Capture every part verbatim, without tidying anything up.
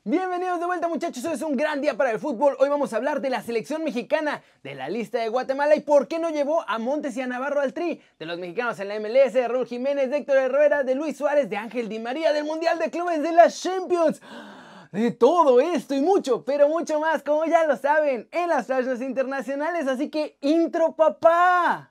Bienvenidos de vuelta, muchachos, hoy es un gran día para el fútbol. Hoy vamos a hablar de la selección mexicana, de la lista de Guatemala y por qué no llevó a Montes y a Navarro al Tri, de los mexicanos en la M L S, de Raúl Jiménez, de Héctor Herrera, de Luis Suárez, de Ángel Di María, del Mundial de Clubes, de la Champions. De todo esto y mucho, pero mucho más, como ya lo saben, en las flashes internacionales. Así que, intro, papá.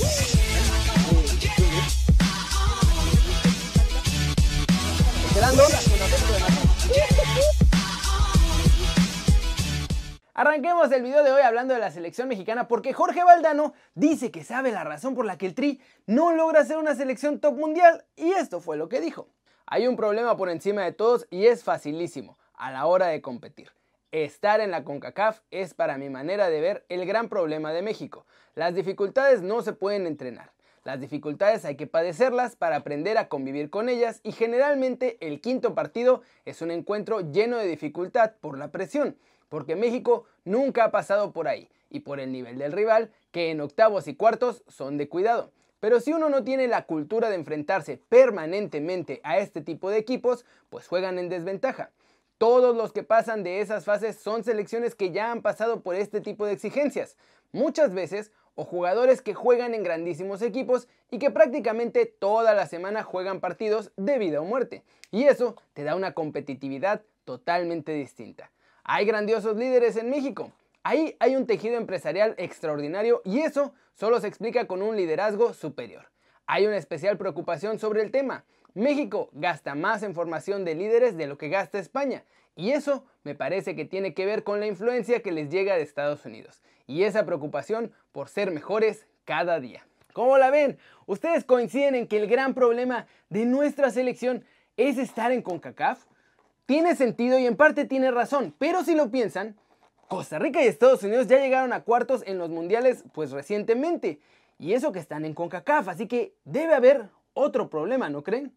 Arranquemos el video de hoy hablando de la selección mexicana porque Jorge Valdano dice que sabe la razón por la que el Tri no logra ser una selección top mundial y esto fue lo que dijo. Hay un problema por encima de todos y es facilísimo a la hora de competir. Estar en la CONCACAF es, para mi manera de ver, el gran problema de México. Las dificultades no se pueden entrenar. Las dificultades hay que padecerlas para aprender a convivir con ellas y generalmente el quinto partido es un encuentro lleno de dificultad por la presión, porque México nunca ha pasado por ahí y por el nivel del rival, que en octavos y cuartos son de cuidado. Pero si uno no tiene la cultura de enfrentarse permanentemente a este tipo de equipos, pues juegan en desventaja. Todos los que pasan de esas fases son selecciones que ya han pasado por este tipo de exigencias, muchas veces, o jugadores que juegan en grandísimos equipos y que prácticamente toda la semana juegan partidos de vida o muerte. Y eso te da una competitividad totalmente distinta. Hay grandiosos líderes en México. Ahí hay un tejido empresarial extraordinario y eso solo se explica con un liderazgo superior. Hay una especial preocupación sobre el tema. México gasta más en formación de líderes de lo que gasta España. Y eso me parece que tiene que ver con la influencia que les llega de Estados Unidos. Y esa preocupación por ser mejores cada día. ¿Cómo la ven? ¿Ustedes coinciden en que el gran problema de nuestra selección es estar en CONCACAF? Tiene sentido y en parte tiene razón, pero si lo piensan, Costa Rica y Estados Unidos ya llegaron a cuartos en los mundiales pues recientemente. Y eso que están en CONCACAF, así que debe haber otro problema, ¿no creen?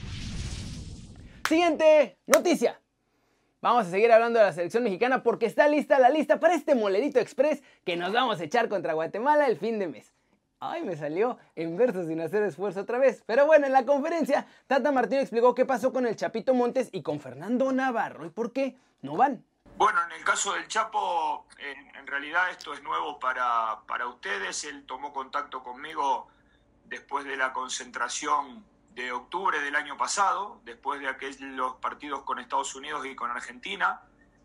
Siguiente noticia. Vamos a seguir hablando de la selección mexicana porque está lista la lista para este molerito express que nos vamos a echar contra Guatemala el fin de mes. Ay, me salió en verso sin hacer esfuerzo otra vez. Pero bueno, en la conferencia, Tata Martino explicó qué pasó con el Chapito Montes y con Fernando Navarro y por qué no van. Bueno, en el caso del Chapo, en, en realidad esto es nuevo para, para ustedes. Él tomó contacto conmigo después de la concentración de octubre del año pasado, después de aquellos partidos con Estados Unidos y con Argentina,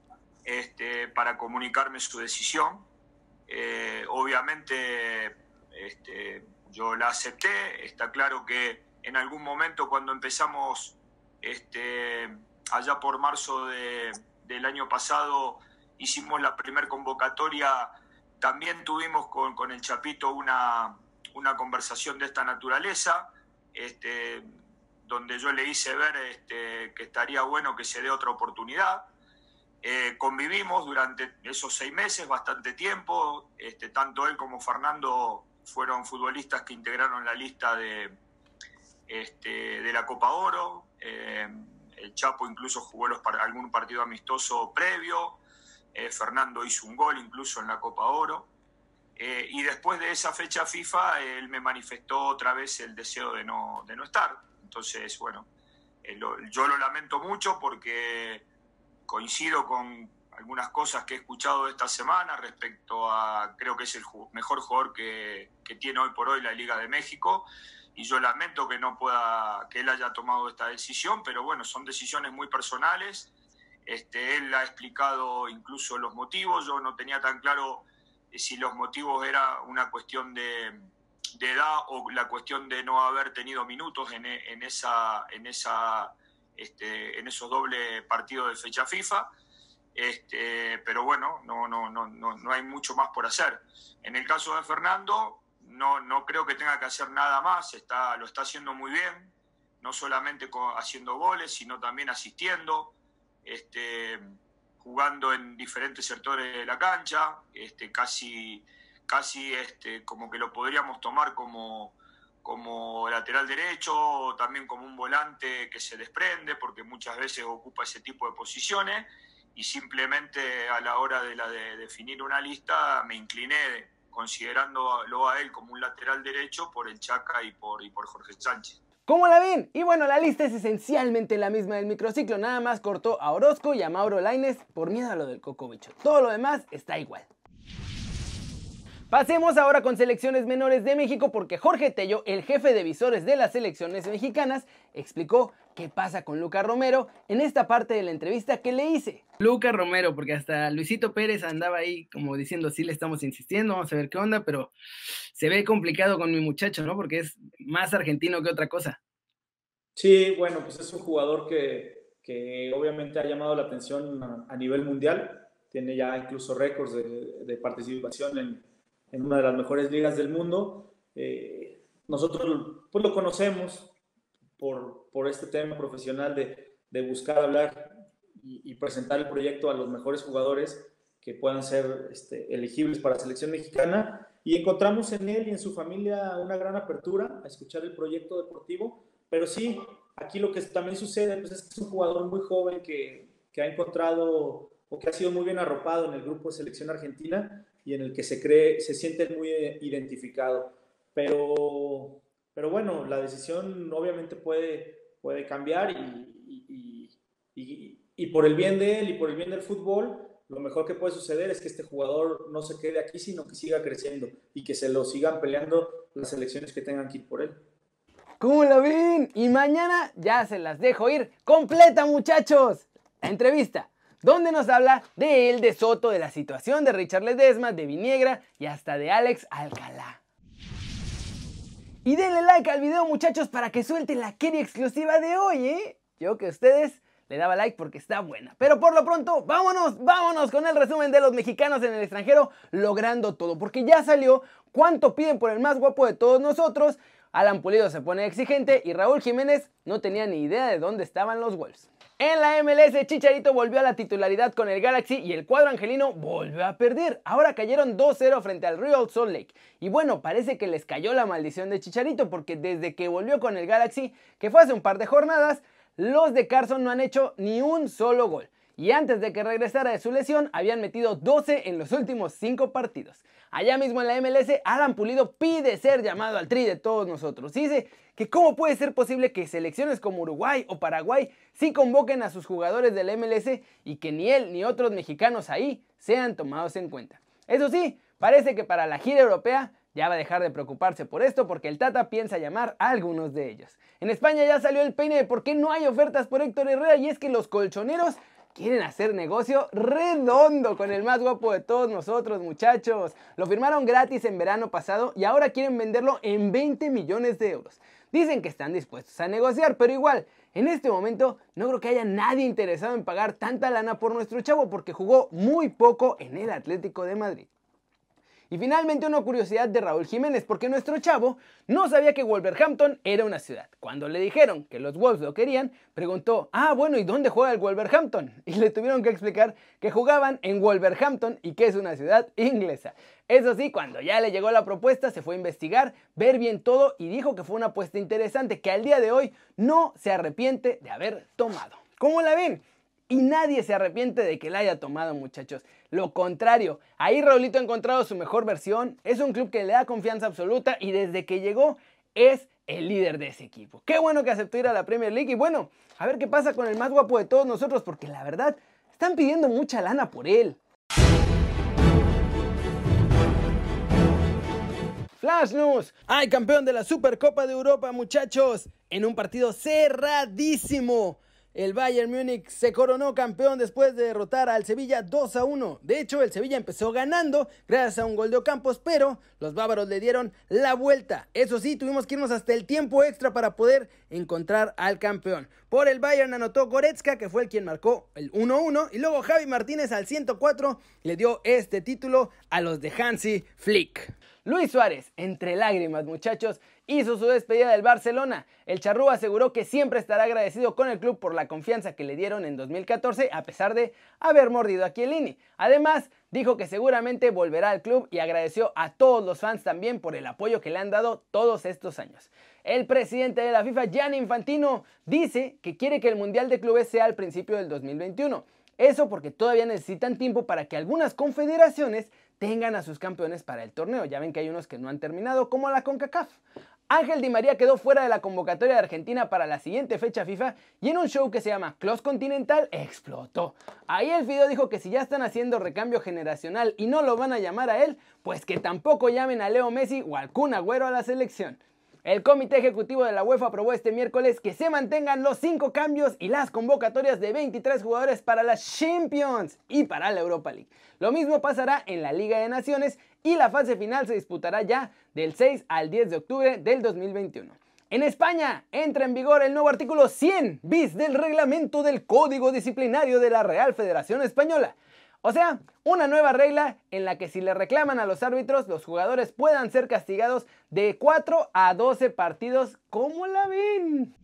este, para comunicarme su decisión. Eh, obviamente este, yo la acepté. Está claro que en algún momento cuando empezamos este, allá por marzo de, del año pasado hicimos la primer convocatoria, también tuvimos con, con el Chapito una, una conversación de esta naturaleza, Este, donde yo le hice ver este, que estaría bueno que se dé otra oportunidad. Eh, convivimos durante esos seis meses, bastante tiempo. Este, tanto él como Fernando fueron futbolistas que integraron la lista de, este, de la Copa Oro. Eh, el Chapo incluso jugó los, algún partido amistoso previo. Eh, Fernando hizo un gol incluso en la Copa Oro. Eh, y después de esa fecha FIFA, él me manifestó otra vez el deseo de no, de no estar. Entonces, bueno, eh, lo, yo lo lamento mucho porque coincido con algunas cosas que he escuchado esta semana respecto a, creo que es el ju- mejor jugador que, que tiene hoy por hoy la Liga de México, y yo lamento que no pueda, que él haya tomado esta decisión, pero bueno, son decisiones muy personales. Este, él ha explicado incluso los motivos. Yo no tenía tan claro si los motivos era una cuestión de, de edad o la cuestión de no haber tenido minutos en, en, esa, en, esa, este, en esos dobles partidos de fecha FIFA. Este, pero bueno, no, no, no, no, no hay mucho más por hacer. En el caso de Fernando, no, no creo que tenga que hacer nada más. Está, lo está haciendo muy bien, no solamente con, haciendo goles, sino también asistiendo. Este, jugando en diferentes sectores de la cancha, este, casi, casi este, como que lo podríamos tomar como, como lateral derecho, o también como un volante que se desprende, porque muchas veces ocupa ese tipo de posiciones, y simplemente a la hora de, la de definir una lista me incliné, considerándolo a él como un lateral derecho, por el Chaca y por, y por Jorge Sánchez. ¿Cómo la ven? Y bueno, la lista es esencialmente la misma del microciclo, nada más cortó a Orozco y a Mauro Lainez por miedo a lo del Cocobicho. Todo lo demás está igual. Pasemos ahora con selecciones menores de México porque Jorge Tello, el jefe de visores de las selecciones mexicanas, explicó qué pasa con Lucas Romero en esta parte de la entrevista que le hice. Lucas Romero, porque hasta Luisito Pérez andaba ahí como diciendo sí le estamos insistiendo, vamos a ver qué onda, pero se ve complicado con mi muchacho, ¿no? Porque es más argentino que otra cosa. Sí, bueno, pues es un jugador que, que obviamente ha llamado la atención a, a nivel mundial, tiene ya incluso récords de, de participación en en una de las mejores ligas del mundo. Eh, nosotros pues, lo conocemos por, por este tema profesional de, de buscar hablar y, y presentar el proyecto a los mejores jugadores que puedan ser este, elegibles para la selección mexicana, y encontramos en él y en su familia una gran apertura a escuchar el proyecto deportivo. Pero sí, aquí lo que también sucede pues, es que es un jugador muy joven que, que ha encontrado o que ha sido muy bien arropado en el grupo de selección argentina y en el que se cree, se siente muy identificado. Pero, pero bueno, la decisión obviamente puede, puede cambiar y, y, y, y por el bien de él y por el bien del fútbol, lo mejor que puede suceder es que este jugador no se quede aquí, sino que siga creciendo y que se lo sigan peleando las selecciones que tengan que ir por él. ¿Cómo la ven? Y mañana ya se las dejo ir completa, muchachos. La entrevista, donde nos habla de él, de Soto, de la situación de Richard Ledesma, de Viniegra y hasta de Alex Alcalá. Y denle like al video, muchachos, para que suelte la query exclusiva de hoy, ¿eh? Yo que ustedes le daba like porque está buena. Pero por lo pronto, vámonos, vámonos con el resumen de los mexicanos en el extranjero logrando todo. Porque ya salió cuánto piden por el más guapo de todos nosotros. Alan Pulido se pone exigente y Raúl Jiménez no tenía ni idea de dónde estaban los Wolves. En la M L S, Chicharito volvió a la titularidad con el Galaxy y el cuadro angelino volvió a perder. Ahora cayeron dos cero frente al Real Salt Lake. Y bueno, parece que les cayó la maldición de Chicharito porque desde que volvió con el Galaxy, que fue hace un par de jornadas, los de Carson no han hecho ni un solo gol. Y antes de que regresara de su lesión, habían metido doce en los últimos cinco partidos. Allá mismo en la M L S, Alan Pulido pide ser llamado al tri de todos nosotros. Dice que cómo puede ser posible que selecciones como Uruguay o Paraguay sí convoquen a sus jugadores de la M L S y que ni él ni otros mexicanos ahí sean tomados en cuenta. Eso sí, parece que para la gira europea ya va a dejar de preocuparse por esto porque el Tata piensa llamar a algunos de ellos. En España ya salió el peine de por qué no hay ofertas por Héctor Herrera, y es que los colchoneros quieren hacer negocio redondo con el más guapo de todos nosotros, muchachos. Lo firmaron gratis en verano pasado y ahora quieren venderlo en veinte millones de euros. Dicen que están dispuestos a negociar, pero igual, en este momento no creo que haya nadie interesado en pagar tanta lana por nuestro chavo porque jugó muy poco en el Atlético de Madrid. Y finalmente una curiosidad de Raúl Jiménez, porque nuestro chavo no sabía que Wolverhampton era una ciudad. Cuando le dijeron que los Wolves lo querían, preguntó, ah bueno, ¿y dónde juega el Wolverhampton? Y le tuvieron que explicar que jugaban en Wolverhampton y que es una ciudad inglesa. Eso sí, cuando ya le llegó la propuesta, se fue a investigar, ver bien todo y dijo que fue una apuesta interesante que al día de hoy no se arrepiente de haber tomado. ¿Cómo la ven? Y nadie se arrepiente de que la haya tomado, muchachos. Lo contrario, ahí Raulito ha encontrado su mejor versión. Es un club que le da confianza absoluta y desde que llegó es el líder de ese equipo. Qué bueno que aceptó ir a la Premier League y bueno, a ver qué pasa con el más guapo de todos nosotros porque la verdad, están pidiendo mucha lana por él. Flash News. Hay campeón de la Supercopa de Europa, muchachos, en un partido cerradísimo. El Bayern Múnich se coronó campeón después de derrotar al Sevilla dos a uno. De hecho, el Sevilla empezó ganando gracias a un gol de Ocampos, pero los bávaros le dieron la vuelta. Eso sí, tuvimos que irnos hasta el tiempo extra para poder encontrar al campeón. Por el Bayern anotó Goretzka, que fue el quien marcó el uno uno, y luego Javi Martínez al ciento cuatro le dio este título a los de Hansi Flick. Luis Suárez, entre lágrimas, muchachos, hizo su despedida del Barcelona. El charrúa aseguró que siempre estará agradecido con el club por la confianza que le dieron en dos mil catorce a pesar de haber mordido a Chiellini. Además, dijo que seguramente volverá al club y agradeció a todos los fans también por el apoyo que le han dado todos estos años. El presidente de la FIFA, Gianni Infantino, dice que quiere que el Mundial de Clubes sea al principio del dos mil veintiuno. Eso porque todavía necesitan tiempo para que algunas confederaciones tengan a sus campeones para el torneo. Ya ven que hay unos que no han terminado, como la CONCACAF. Ángel Di María quedó fuera de la convocatoria de Argentina para la siguiente fecha FIFA y en un show que se llama Close Continental explotó. Ahí el Fido dijo que si ya están haciendo recambio generacional y no lo van a llamar a él, pues que tampoco llamen a Leo Messi o al Kun Agüero a la selección. El comité ejecutivo de la UEFA aprobó este miércoles que se mantengan los cinco cambios y las convocatorias de veintitrés jugadores para la Champions y para la Europa League. Lo mismo pasará en la Liga de Naciones y la fase final se disputará ya del seis al diez de octubre del dos mil veintiuno. En España entra en vigor el nuevo artículo cien bis del reglamento del Código Disciplinario de la Real Federación Española. O sea, una nueva regla en la que si le reclaman a los árbitros, los jugadores puedan ser castigados de cuatro a doce partidos. ¿Cómo la ven?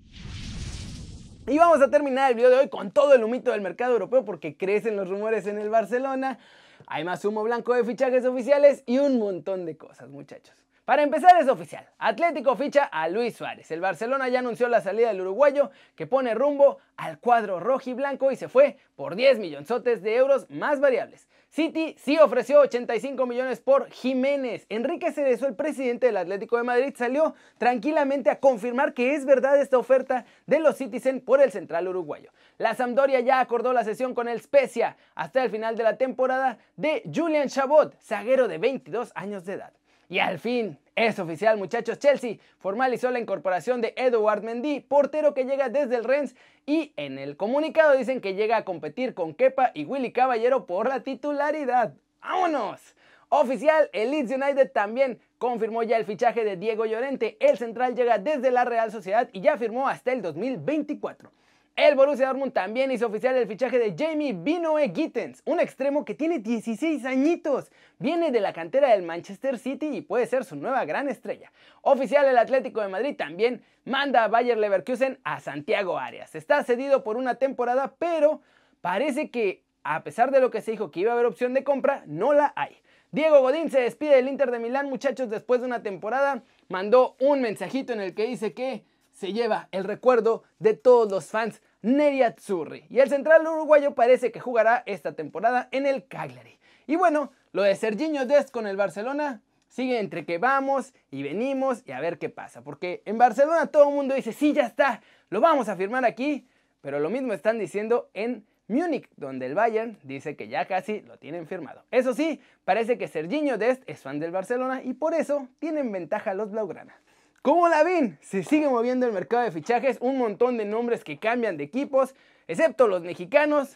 Y vamos a terminar el video de hoy con todo el humito del mercado europeo porque crecen los rumores en el Barcelona. Hay más humo blanco de fichajes oficiales y un montón de cosas, muchachos. Para empezar es oficial, Atlético ficha a Luis Suárez. El Barcelona ya anunció la salida del uruguayo que pone rumbo al cuadro rojiblanco y se fue por diez millonzotes de euros más variables. City sí ofreció ochenta y cinco millones por Jiménez. Enrique Cerezo, el presidente del Atlético de Madrid, salió tranquilamente a confirmar que es verdad esta oferta de los Citizen por el central uruguayo. La Sampdoria ya acordó la cesión con el Spezia hasta el final de la temporada de Julian Chabot, zaguero de veintidós años de edad. Y al fin, es oficial, muchachos, Chelsea formalizó la incorporación de Edouard Mendy, portero que llega desde el Rennes, y en el comunicado dicen que llega a competir con Kepa y Willy Caballero por la titularidad. ¡Vámonos! Oficial, el Leeds United también confirmó ya el fichaje de Diego Llorente. El central llega desde la Real Sociedad y ya firmó hasta el dos mil veinticuatro. El Borussia Dortmund también hizo oficial el fichaje de Jamie Binoe Gittens, un extremo que tiene dieciséis añitos. Viene de la cantera del Manchester City y puede ser su nueva gran estrella. Oficial, el Atlético de Madrid también manda a Bayer Leverkusen a Santiago Arias. Está cedido por una temporada, pero parece que a pesar de lo que se dijo que iba a haber opción de compra, no la hay. Diego Godín se despide del Inter de Milán, muchachos, después de una temporada. Mandó un mensajito en el que dice que se lleva el recuerdo de todos los fans nerazzurri. Y el central uruguayo parece que jugará esta temporada en el Cagliari. Y bueno, lo de Serginho Dest con el Barcelona sigue entre que vamos y venimos y a ver qué pasa. Porque en Barcelona todo el mundo dice, sí, ya está, lo vamos a firmar aquí. Pero lo mismo están diciendo en Múnich, donde el Bayern dice que ya casi lo tienen firmado. Eso sí, parece que Serginho Dest es fan del Barcelona y por eso tienen ventaja los blaugrana. ¿Cómo la ven? Se sigue moviendo el mercado de fichajes, un montón de nombres que cambian de equipos, excepto los mexicanos.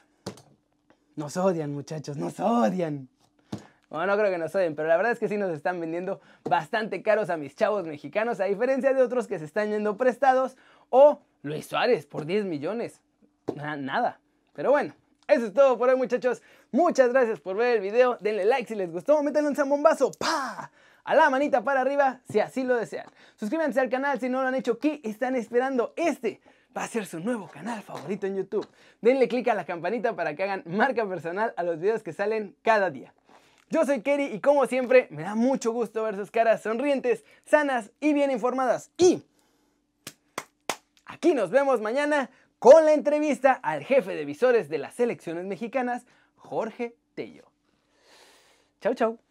Nos odian, muchachos, nos odian. Bueno, no creo que nos odien, pero la verdad es que sí nos están vendiendo bastante caros a mis chavos mexicanos, a diferencia de otros que se están yendo prestados, o Luis Suárez por diez millones. Na- nada. Pero bueno, eso es todo por hoy, muchachos. Muchas gracias por ver el video. Denle like si les gustó, métanle un zambombazo. ¡Pah! A la manita para arriba si así lo desean. Suscríbanse al canal si no lo han hecho. ¿Qué están esperando? Este va a ser su nuevo canal favorito en YouTube. Denle click a la campanita para que hagan marca personal a los videos que salen cada día. Yo soy Kerry y como siempre me da mucho gusto ver sus caras sonrientes, sanas y bien informadas. Y aquí nos vemos mañana con la entrevista al jefe de visores de las selecciones mexicanas, Jorge Tello. Chau, chau.